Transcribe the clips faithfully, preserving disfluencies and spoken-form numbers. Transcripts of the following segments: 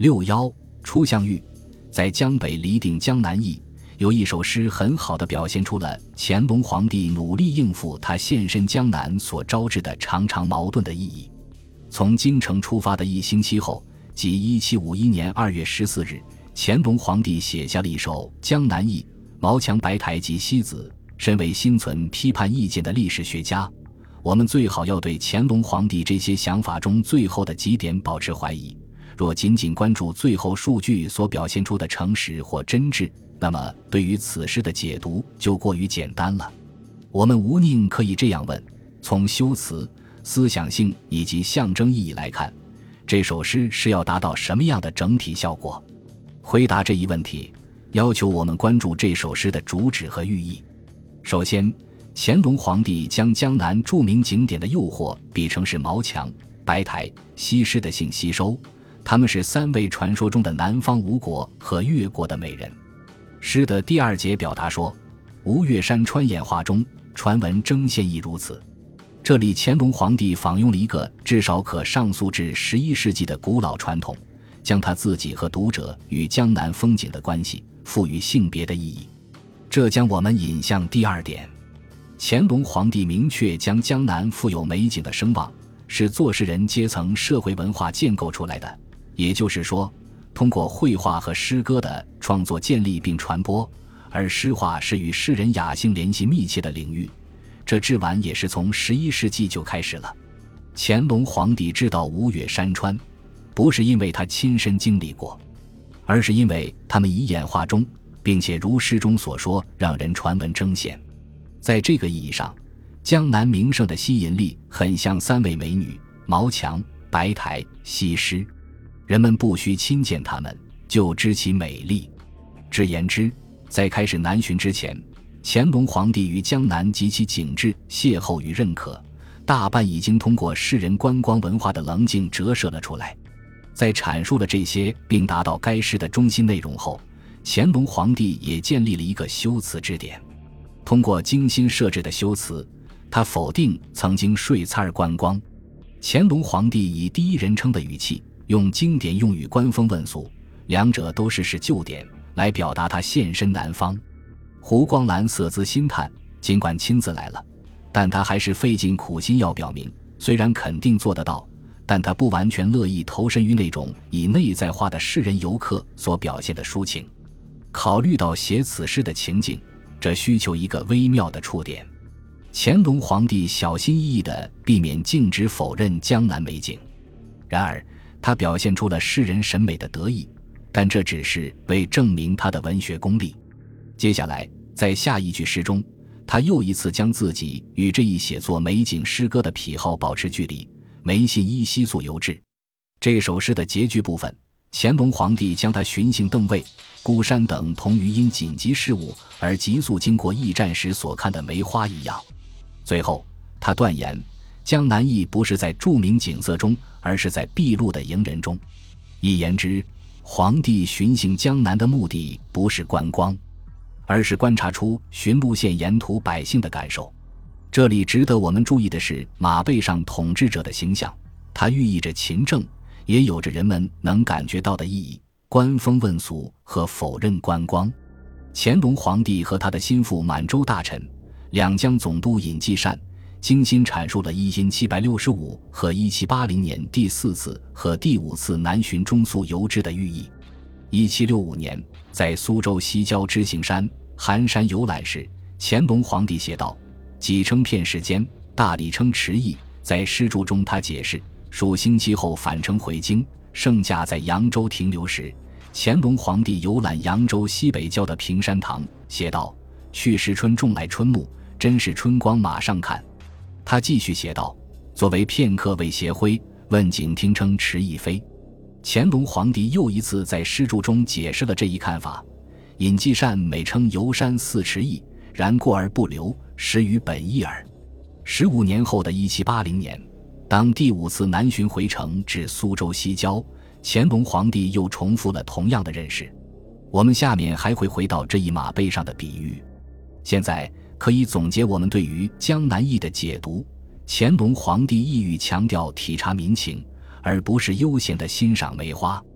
六幺初相遇，在江北厘定江南意，有一首诗很好地表现出了乾隆皇帝努力应付他现身江南所招致的常常矛盾的意义。从京城出发的一星期后，即一七五一年二月十四日，乾隆皇帝写下了一首《江南忆》。毛强、白台及西子，身为心存批判意见的历史学家，我们最好要对乾隆皇帝这些想法中最后的几点保持怀疑。若仅仅关注最后数据所表现出的诚实或真挚，那么对于此诗的解读就过于简单了。我们无宁可以这样问：从修辞、思想性以及象征意义来看，这首诗是要达到什么样的整体效果？回答这一问题，要求我们关注这首诗的主旨和寓意。首先，乾隆皇帝将江南著名景点的诱惑比成是毛强、白台、西施的性吸收，他们是三位传说中的南方吴国和越国的美人。诗的第二节表达说，吴越山川演化中，传闻征县亦如此。这里乾隆皇帝仿用了一个至少可上溯至十一世纪的古老传统，将他自己和读者与江南风景的关系赋予性别的意义。这将我们引向第二点，乾隆皇帝明确将江南富有美景的声望是做事人阶层社会文化建构出来的，也就是说，通过绘画和诗歌的创作建立并传播，而诗画是与诗人雅兴联系密切的领域。这至晚也是从十一世纪就开始了。乾隆皇帝知道吴越山川，不是因为他亲身经历过，而是因为他们已演化中，并且如诗中所说，让人传闻征县。在这个意义上，江南名胜的吸引力很像三位美女毛强、白台、西施，人们不需亲见她们就知其美丽。只言之，在开始南巡之前，乾隆皇帝与江南及其景致邂逅与认可，大半已经通过世人观光文化的棱镜折射了出来。在阐述了这些并达到该诗的中心内容后，乾隆皇帝也建立了一个修辞支点。通过精心设置的修辞，他否定曾经睡餐儿观光。乾隆皇帝以第一人称的语气，用经典用语观风问俗，两者都是是旧典，来表达他现身南方。胡光兰色姿心叹，尽管亲自来了，但他还是费尽苦心要表明，虽然肯定做得到，但他不完全乐意投身于那种以内在化的诗人游客所表现的抒情。考虑到写此诗的情境，这需求一个微妙的触点。乾隆皇帝小心翼翼地避免径直否认江南美景，然而他表现出了诗人审美的得意，但这只是为证明他的文学功力。接下来在下一句诗中，他又一次将自己与这一写作美景诗歌的癖好保持距离，梅信依悉速游至。这首诗的结句部分，乾隆皇帝将他巡幸邓尉、孤山等同于因紧急事务而急速经过驿站时所看的梅花一样。最后他断言，江南忆不是在著名景色中，而是在筚路的迎人中。一言之，皇帝巡幸江南的目的不是观光，而是观察出巡路线沿途百姓的感受。这里值得我们注意的是马背上统治者的形象，它寓意着勤政，也有着人们能感觉到的意义，观风问俗和否认观光。乾隆皇帝和他的心腹满洲大臣、两江总督尹继善精心阐述了一因七百六十五和一七八零年第四次和第五次南巡中苏游之的寓意。一七六五年，在苏州西郊知行山、寒山游览时，乾隆皇帝写道：己称片时间，大理称迟意。在诗注中他解释，数星期后返程回京，圣驾在扬州停留时，乾隆皇帝游览扬州西北郊的平山堂，写道：去时春种来春木，真是春光马上看。他继续写道：作为片刻未斜晖，问景听称迟意飞。乾隆皇帝又一次在诗注中解释了这一看法，尹继善每称游山似迟意，然过而不留，实于本意耳。十五年后的一七八零年，当第五次南巡回程至苏州西郊，乾隆皇帝又重复了同样的认识。我们下面还会回到这一马背上的比喻。现在可以总结我们对于江南忆的解读，乾隆皇帝意欲强调体察民情，而不是悠闲地欣赏梅花。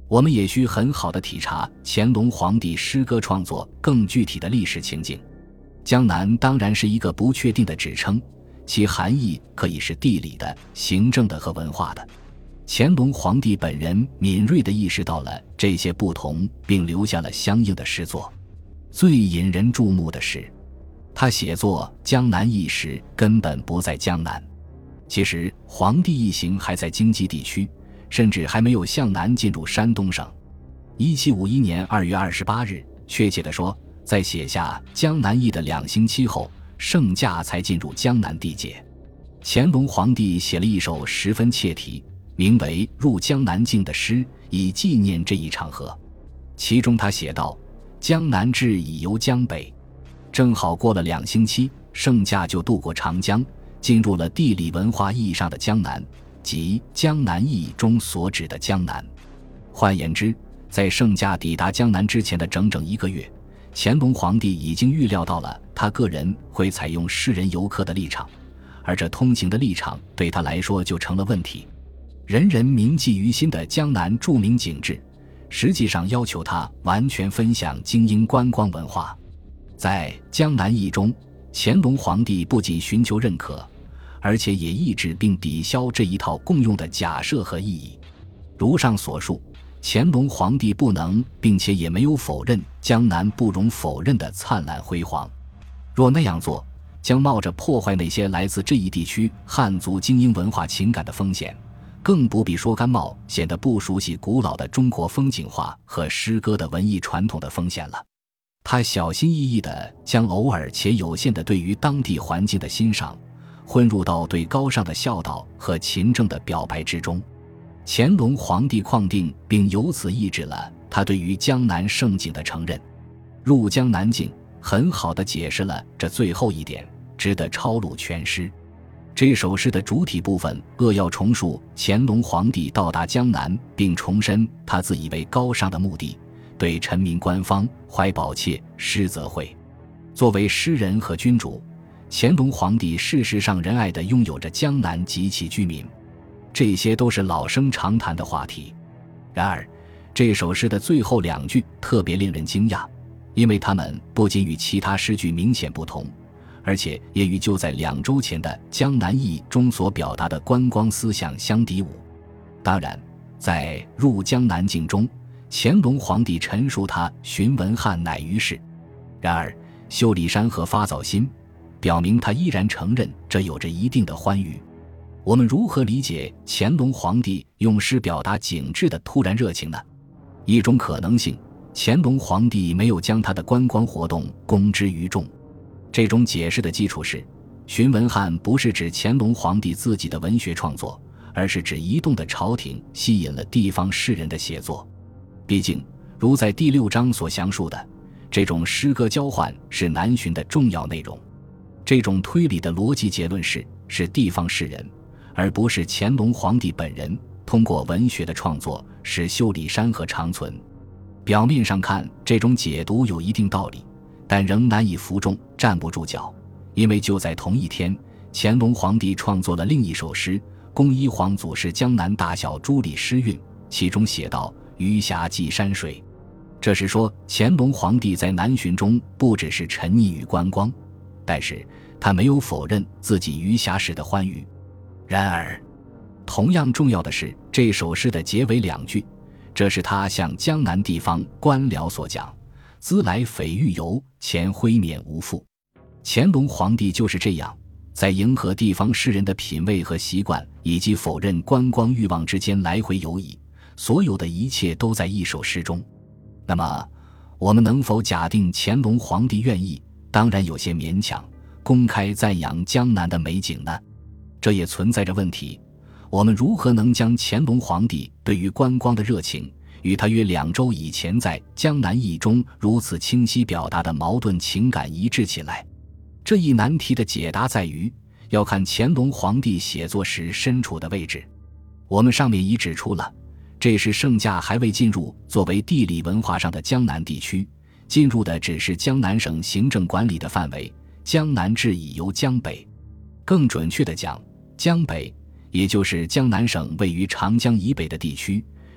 我们也需很好的体察乾隆皇帝诗歌创作更具体的历史情境。江南当然是一个不确定的指称，其含义可以是地理的、行政的和文化的。乾隆皇帝本人敏锐地意识到了这些不同，并留下了相应的诗作。最引人注目的是，他写作江南忆时根本不在江南，其实皇帝一行还在京畿地区，甚至还没有向南进入山东省。一七五一年二月二十八日，确切地说，在写下江南忆的两星期后，圣驾才进入江南地界。乾隆皇帝写了一首十分切题，名为《入江南境》的诗，以纪念这一场合。其中他写道：江南至已游江北。正好过了两星期，圣驾就渡过长江，进入了地理文化意义上的江南，即江南忆中所指的江南。换言之，在圣驾抵达江南之前的整整一个月，乾隆皇帝已经预料到了他个人会采用世人游客的立场，而这通行的立场对他来说就成了问题。人人铭记于心的江南著名景致，实际上要求他完全分享精英观光文化。在江南忆中，乾隆皇帝不仅寻求认可，而且也抑制并抵消这一套共用的假设和意义。如上所述，乾隆皇帝不能并且也没有否认江南不容否认的灿烂辉煌。若那样做，将冒着破坏那些来自这一地区汉族精英文化情感的风险，更不必说甘冒显得不熟悉古老的中国风景画和诗歌的文艺传统的风险了。他小心翼翼地将偶尔且有限的对于当地环境的欣赏混入到对高尚的孝道和勤政的表白之中。乾隆皇帝框定并由此抑制了他对于江南盛景的承认。入江南境很好地解释了这最后一点，值得抄录全诗。这首诗的主体部分扼要重述乾隆皇帝到达江南，并重申他自以为高尚的目的，对臣民官方怀保切，施则惠。作为诗人和君主，乾隆皇帝事实上仁爱地拥有着江南及其居民，这些都是老生常谈的话题。然而这首诗的最后两句特别令人惊讶，因为它们不仅与其他诗句明显不同，而且也与就在两周前的江南忆中所表达的观光思想相抵牾。当然，在入江南境中，乾隆皇帝陈述他寻文翰乃于世，然而修理山和发藻心表明他依然承认这有着一定的欢愉。我们如何理解乾隆皇帝用诗表达景致的突然热情呢？一种可能性，乾隆皇帝没有将他的观光活动公之于众。这种解释的基础是，寻文翰不是指乾隆皇帝自己的文学创作，而是指移动的朝廷吸引了地方士人的写作。毕竟如在第六章所详述的，这种诗歌交换是南巡的重要内容。这种推理的逻辑结论是，是地方士人，而不是乾隆皇帝本人通过文学的创作使修理山河长存。表面上看，这种解读有一定道理，但仍难以服众，站不住脚。因为就在同一天，乾隆皇帝创作了另一首诗《恭依皇祖师江南大小诸里诗韵》，其中写道：余霞寄山水。这是说乾隆皇帝在南巡中不只是沉溺于观光，但是他没有否认自己余霞时的欢愉。然而同样重要的是这首诗的结尾两句，这是他向江南地方官僚所讲：兹来匪欲游，前挥免无负。乾隆皇帝就是这样，在迎合地方士人的品味和习惯以及否认观光欲望之间来回游移，所有的一切都在一首诗中。那么我们能否假定乾隆皇帝愿意，当然有些勉强，公开赞扬江南的美景呢？这也存在着问题。我们如何能将乾隆皇帝对于观光的热情与他约两周以前在江南忆中如此清晰表达的矛盾情感一致起来？这一难题的解答在于要看乾隆皇帝写作时身处的位置。我们上面已指出了，这时圣驾还未进入作为地理文化上的江南地区，进入的只是江南省行政管理的范围，江南至已游江北。更准确地讲，江北也就是江南省位于长江以北的地区，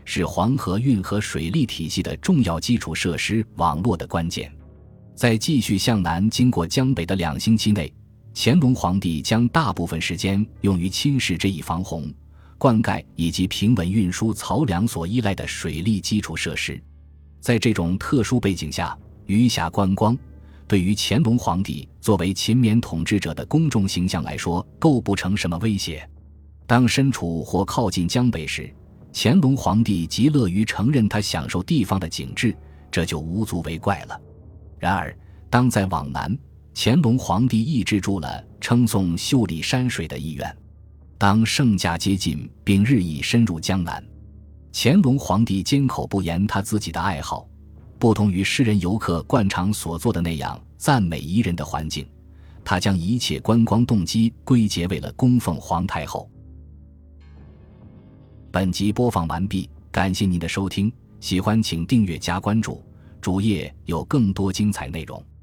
是黄河运河水利体系的重要基础设施网络的关键。在继续向南经过江北的两星期内，乾隆皇帝将大部分时间用于侵蚀这一防洪、灌溉以及平稳运输漕粮所依赖的水利基础设施。在这种特殊背景下，余霞观光对于乾隆皇帝作为勤勉统治者的公众形象来说构不成什么威胁。当身处或靠近江北时，乾隆皇帝极乐于承认他享受地方的景致，这就无足为怪了。然而当在往南，乾隆皇帝抑制住了称颂秀丽山水的意愿。当盛夏接近并日益深入江南，乾隆皇帝缄口不言他自己的爱好，不同于诗人游客惯常所做的那样赞美宜人的环境，他将一切观光动机归结为了供奉皇太后。本集播放完毕，感谢您的收听，喜欢请订阅加关注，主页有更多精彩内容。